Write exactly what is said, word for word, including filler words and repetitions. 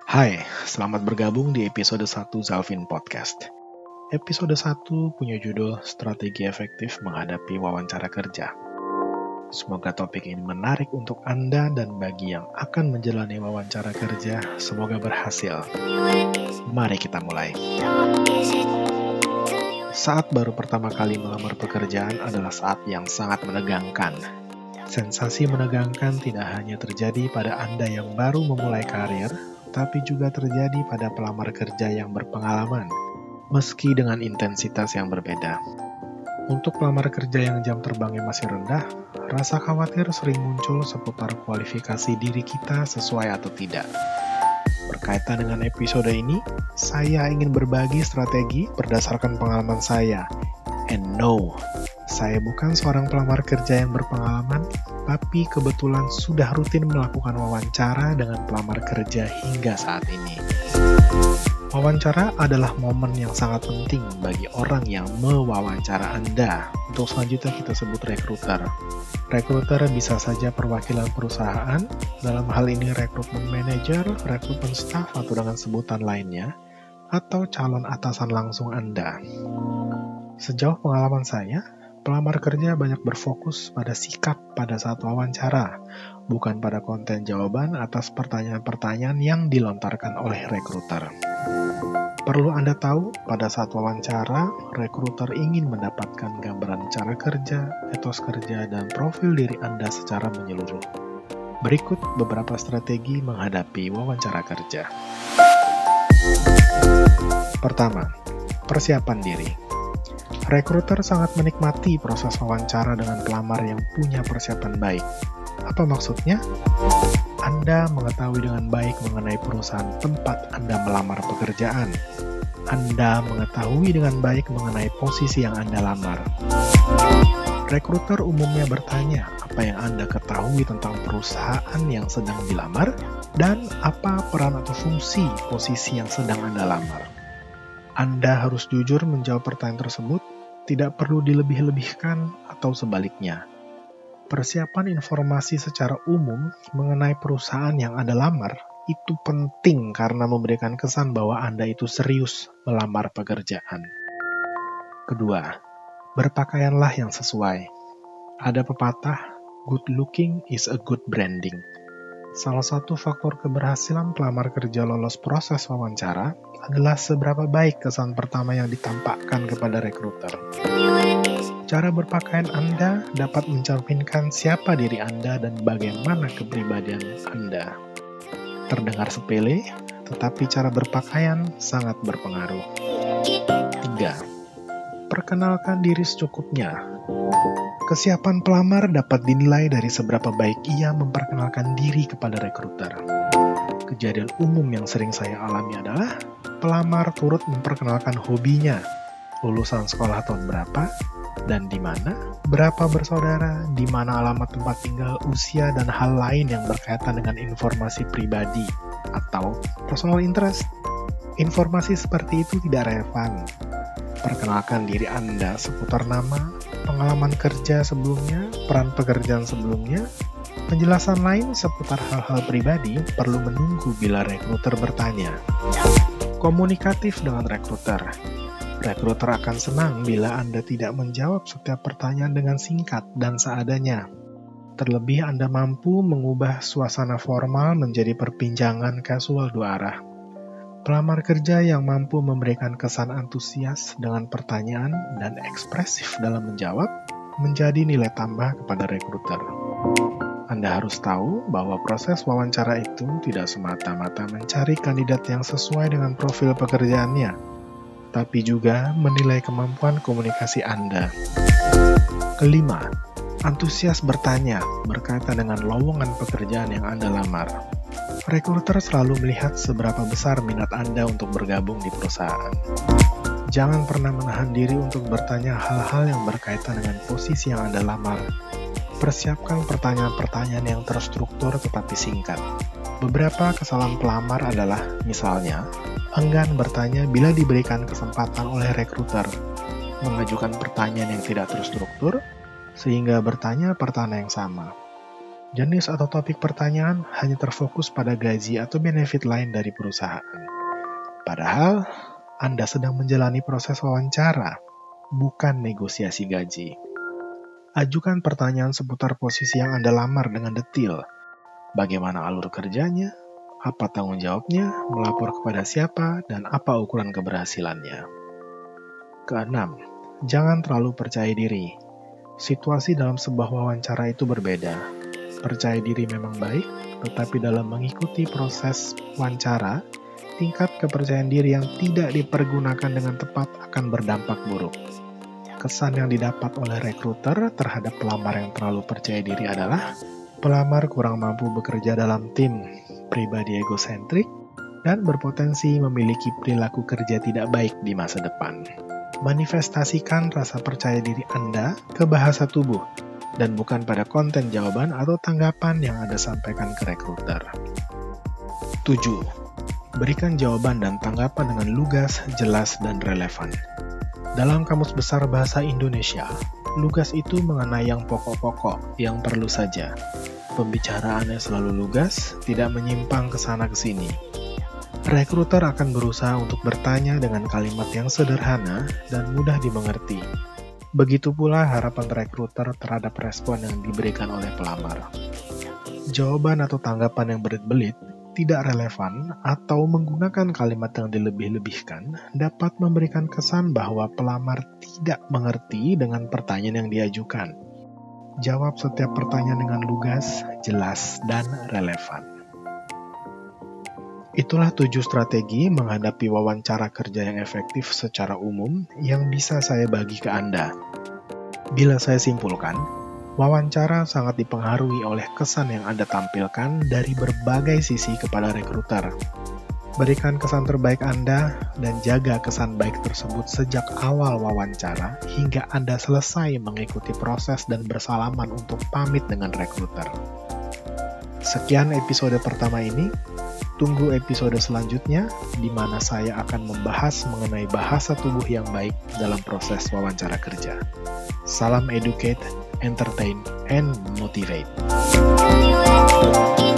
Hai, selamat bergabung di episode satu Zalvin Podcast. Episode satu punya judul Strategi Efektif Menghadapi Wawancara Kerja. Semoga topik ini menarik untuk Anda dan bagi yang akan menjalani wawancara kerja, semoga berhasil. Mari kita mulai. Saat baru pertama kali melamar pekerjaan adalah saat yang sangat menegangkan. Sensasi menegangkan tidak hanya terjadi pada Anda yang baru memulai karir, tapi juga terjadi pada pelamar kerja yang berpengalaman, meski dengan intensitas yang berbeda. Untuk pelamar kerja yang jam terbangnya masih rendah, rasa khawatir sering muncul seputar kualifikasi diri kita sesuai atau tidak. Berkaitan dengan episode ini, saya ingin berbagi strategi berdasarkan pengalaman saya. And no, saya bukan seorang pelamar kerja yang berpengalaman, tapi kebetulan sudah rutin melakukan wawancara dengan pelamar kerja hingga saat ini. Wawancara adalah momen yang sangat penting bagi orang yang mewawancara Anda. Untuk selanjutnya kita sebut rekruter. Rekruter bisa saja perwakilan perusahaan, dalam hal ini rekrutmen manager, rekrutmen staff atau dengan sebutan lainnya, atau calon atasan langsung Anda. Sejauh pengalaman saya, pelamar kerja banyak berfokus pada sikap pada saat wawancara, bukan pada konten jawaban atas pertanyaan-pertanyaan yang dilontarkan oleh rekruter. Perlu Anda tahu, pada saat wawancara, rekruter ingin mendapatkan gambaran cara kerja, etos kerja, dan profil diri Anda secara menyeluruh. Berikut beberapa strategi menghadapi wawancara kerja. Pertama, persiapan diri. Rekruter sangat menikmati proses wawancara dengan pelamar yang punya persiapan baik. Apa maksudnya? Anda mengetahui dengan baik mengenai perusahaan tempat Anda melamar pekerjaan. Anda mengetahui dengan baik mengenai posisi yang Anda lamar. Rekruter umumnya bertanya apa yang Anda ketahui tentang perusahaan yang sedang dilamar dan apa peran atau fungsi posisi yang sedang Anda lamar. Anda harus jujur menjawab pertanyaan tersebut, tidak perlu dilebih-lebihkan atau sebaliknya. Persiapan informasi secara umum mengenai perusahaan yang Anda lamar itu penting karena memberikan kesan bahwa Anda itu serius melamar pekerjaan. Kedua, berpakaianlah yang sesuai. Ada pepatah, good looking is a good branding. Salah satu faktor keberhasilan pelamar kerja lolos proses wawancara adalah seberapa baik kesan pertama yang ditampakkan kepada rekruter. Cara berpakaian Anda dapat mencerminkan siapa diri Anda dan bagaimana kepribadian Anda. Terdengar sepele, tetapi cara berpakaian sangat berpengaruh. Tiga. Perkenalkan diri secukupnya. Kesiapan pelamar dapat dinilai dari seberapa baik ia memperkenalkan diri kepada rekruter. Kejadian umum yang sering saya alami adalah pelamar turut memperkenalkan hobinya, lulusan sekolah tahun berapa, dan di mana, berapa bersaudara, di mana alamat tempat tinggal, usia, dan hal lain yang berkaitan dengan informasi pribadi atau personal interest. Informasi seperti itu tidak relevan. Perkenalkan diri Anda seputar nama, pengalaman kerja sebelumnya, peran pekerjaan sebelumnya. Penjelasan lain seputar hal-hal pribadi perlu menunggu bila rekruter bertanya. Komunikatif dengan rekruter. Rekruter akan senang bila Anda tidak menjawab setiap pertanyaan dengan singkat dan seadanya. Terlebih Anda mampu mengubah suasana formal menjadi perbincangan kasual dua arah. Pelamar kerja yang mampu memberikan kesan antusias dengan pertanyaan dan ekspresif dalam menjawab menjadi nilai tambah kepada rekruter. Anda harus tahu bahwa proses wawancara itu tidak semata-mata mencari kandidat yang sesuai dengan profil pekerjaannya, tapi juga menilai kemampuan komunikasi Anda. Kelima, antusias bertanya berkaitan dengan lowongan pekerjaan yang Anda lamar. Rekruter selalu melihat seberapa besar minat Anda untuk bergabung di perusahaan. Jangan pernah menahan diri untuk bertanya hal-hal yang berkaitan dengan posisi yang Anda lamar. Persiapkan pertanyaan-pertanyaan yang terstruktur tetapi singkat. Beberapa kesalahan pelamar adalah, misalnya, enggan bertanya bila diberikan kesempatan oleh rekruter, mengajukan pertanyaan yang tidak terstruktur, sehingga bertanya pertanyaan yang sama. Jenis atau topik pertanyaan hanya terfokus pada gaji atau benefit lain dari perusahaan. Padahal, Anda sedang menjalani proses wawancara, bukan negosiasi gaji. Ajukan pertanyaan seputar posisi yang Anda lamar dengan detail. Bagaimana alur kerjanya, apa tanggung jawabnya, melapor kepada siapa, dan apa ukuran keberhasilannya. Keenam, jangan terlalu percaya diri. Situasi dalam sebuah wawancara itu berbeda. Percaya diri memang baik, tetapi dalam mengikuti proses wawancara, tingkat kepercayaan diri yang tidak dipergunakan dengan tepat akan berdampak buruk. Kesan yang didapat oleh rekruter terhadap pelamar yang terlalu percaya diri adalah pelamar kurang mampu bekerja dalam tim, pribadi egosentrik, dan berpotensi memiliki perilaku kerja tidak baik di masa depan. Manifestasikan rasa percaya diri Anda ke bahasa tubuh, dan bukan pada konten jawaban atau tanggapan yang Anda sampaikan ke rekruter. tujuh. Berikan jawaban dan tanggapan dengan lugas, jelas, dan relevan. Dalam Kamus Besar Bahasa Indonesia, lugas itu mengenai yang pokok-pokok, yang perlu saja. Pembicaraannya selalu lugas, tidak menyimpang ke sana ke sini. Rekruter akan berusaha untuk bertanya dengan kalimat yang sederhana dan mudah dimengerti. Begitu pula harapan rekruter terhadap respon yang diberikan oleh pelamar. Jawaban atau tanggapan yang belit-belit, tidak relevan, atau menggunakan kalimat yang dilebih-lebihkan dapat memberikan kesan bahwa pelamar tidak mengerti dengan pertanyaan yang diajukan. Jawab setiap pertanyaan dengan lugas, jelas, dan relevan. Itulah tujuh strategi menghadapi wawancara kerja yang efektif secara umum yang bisa saya bagi ke Anda. Bila saya simpulkan, wawancara sangat dipengaruhi oleh kesan yang Anda tampilkan dari berbagai sisi kepada rekruter. Berikan kesan terbaik Anda dan jaga kesan baik tersebut sejak awal wawancara hingga Anda selesai mengikuti proses dan bersalaman untuk pamit dengan rekruter. Sekian episode pertama ini. Tunggu episode selanjutnya, di mana saya akan membahas mengenai bahasa tubuh yang baik dalam proses wawancara kerja. Salam educate, entertain, and motivate.